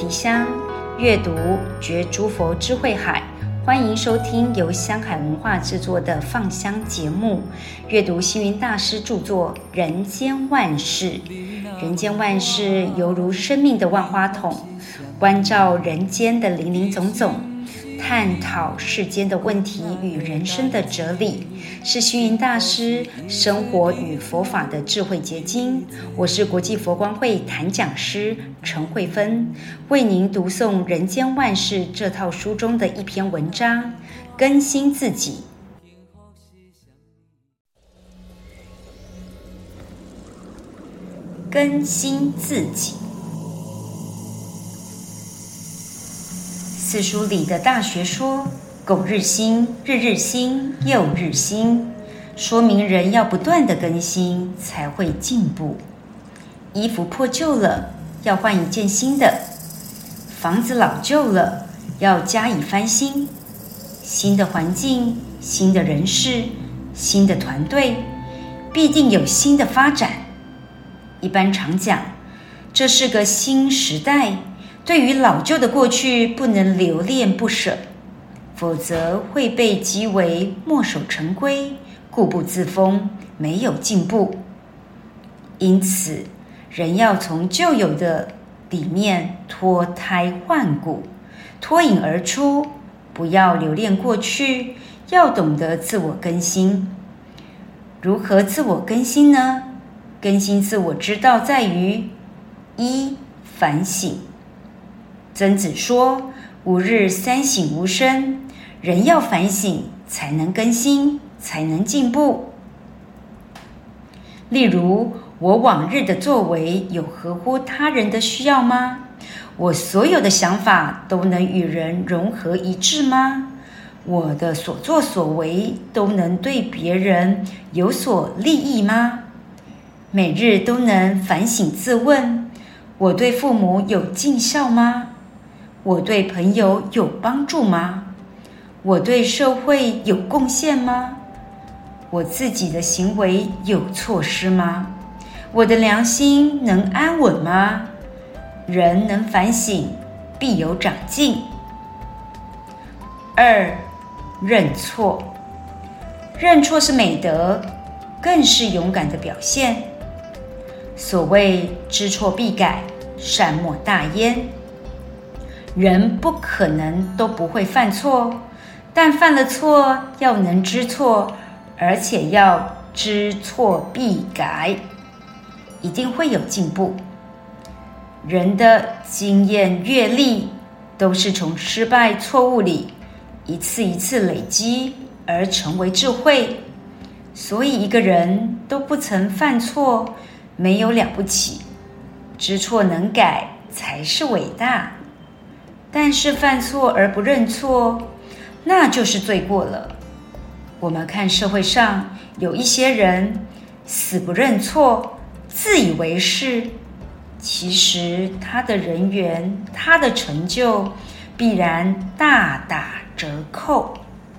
提香，阅读觉诸佛智慧海。欢迎收听由香海文化制作的放香节目，阅读星云大师著作《人间万事》。人间万事犹如生命的万花筒，关照人间的林林总总，探讨世间的问题与人生的哲理，是星云大师生活与佛法的智慧结晶。我是国际佛光会谈讲师陈慧芬，为您读诵《人间万事》这套书中的一篇文章，更新自己。更新自己。四书里的大学说，苟日新，日日新，又日新，说明人要不断的更新才会进步。衣服破旧了，要换一件新的；房子老旧了，要加以翻新。新的环境，新的人事，新的团队，必定有新的发展。一般常讲，这是个新时代，对于老旧的过去不能留恋不舍，否则会被讥为墨守成规、固步自封，没有进步。因此，人要从旧有的里面脱胎换骨，脱颖而出，不要留恋过去，要懂得自我更新。如何自我更新呢？更新自我之道在于：一、反省。曾子说：“吾日三省吾身。”人要反省，才能更新，才能进步。例如，我往日的作为有合乎他人的需要吗？我所有的想法都能与人融合一致吗？我的所作所为都能对别人有所利益吗？每日都能反省自问：我对父母有尽孝吗？我对朋友有帮助吗？我对社会有贡献吗？我自己的行为有错失吗？我的良心能安稳吗？人能反省，必有长进。二、认错。认错是美德，更是勇敢的表现。所谓知错必改，善莫大焉。人不可能都不会犯错，但犯了错要能知错，而且要知错必改，一定会有进步。人的经验阅历都是从失败错误里一次一次累积而成为智慧，所以一个人都不曾犯错，没有了不起，知错能改才是伟大。但是犯错而不认错，那就是罪过了。我们看社会上有一些人死不认错，自以为是，其实他的人缘、他的成就必然大打折扣。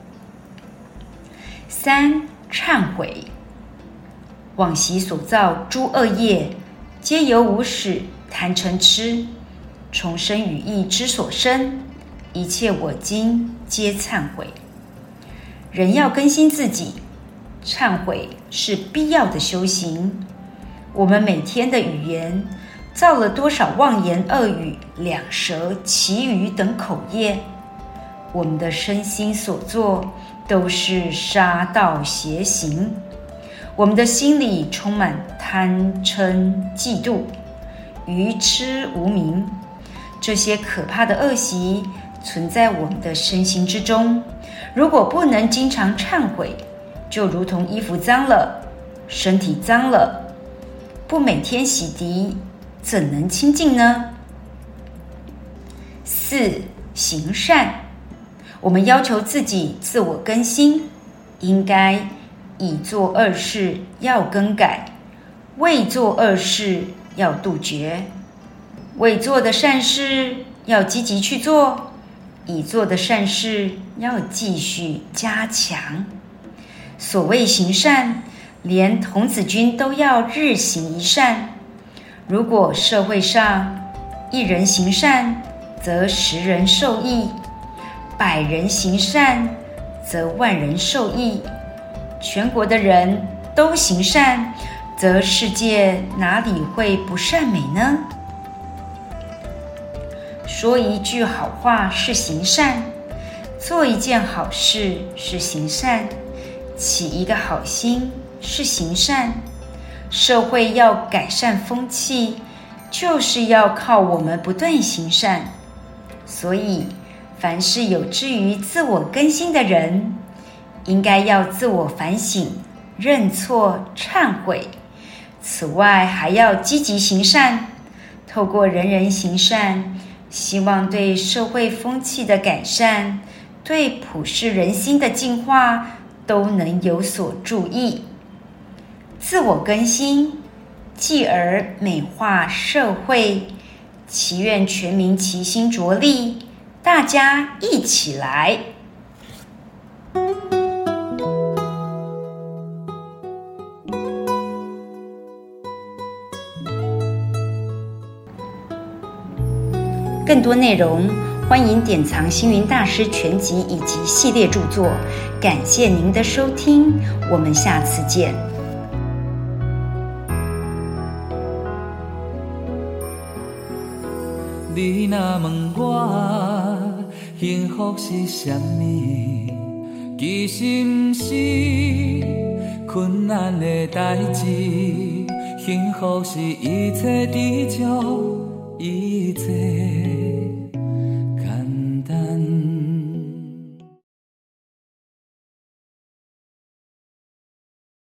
三、忏悔。往昔所造诸恶业，皆由无始贪嗔痴，从生语意之所生，一切我今皆忏悔。人要更新自己，忏悔是必要的修行。我们每天的语言造了多少妄言恶语、两舌、绮语等口业，我们的身心所作都是杀盗邪行。我们的心里充满贪嗔嫉妒、愚痴无明，这些可怕的恶习存在我们的身心之中。如果不能经常忏悔，就如同衣服脏了，身体脏了，不每天洗涤，怎能清净呢？四、行善。我们要求自己自我更新，应该已做恶事要更改，未做恶事要杜绝。未做的善事要积极去做，已做的善事要继续加强。所谓行善，连童子军都要日行一善。如果社会上一人行善， 则10人受益；100人行善，则万人受益。全国的人都行善，则世界哪里会不善美呢？说一句好话是行善，做一件好事是行善，起一个好心是行善。社会要改善风气，就是要靠我们不断行善。所以，凡是有志于自我更新的人，应该要自我反省、认错、忏悔。此外，还要积极行善，透过人人行善，希望对社会风气的改善，对普世人心的净化，都能有所注意。自我更新，继而美化社会，祈愿全民齐心着力，大家一起来。更多内容，欢迎典藏星云大师全集以及系列著作。感谢您的收听，我们下次见。 你若问我幸福是啥物，其实不是困难的代志，幸福是一切知足，一切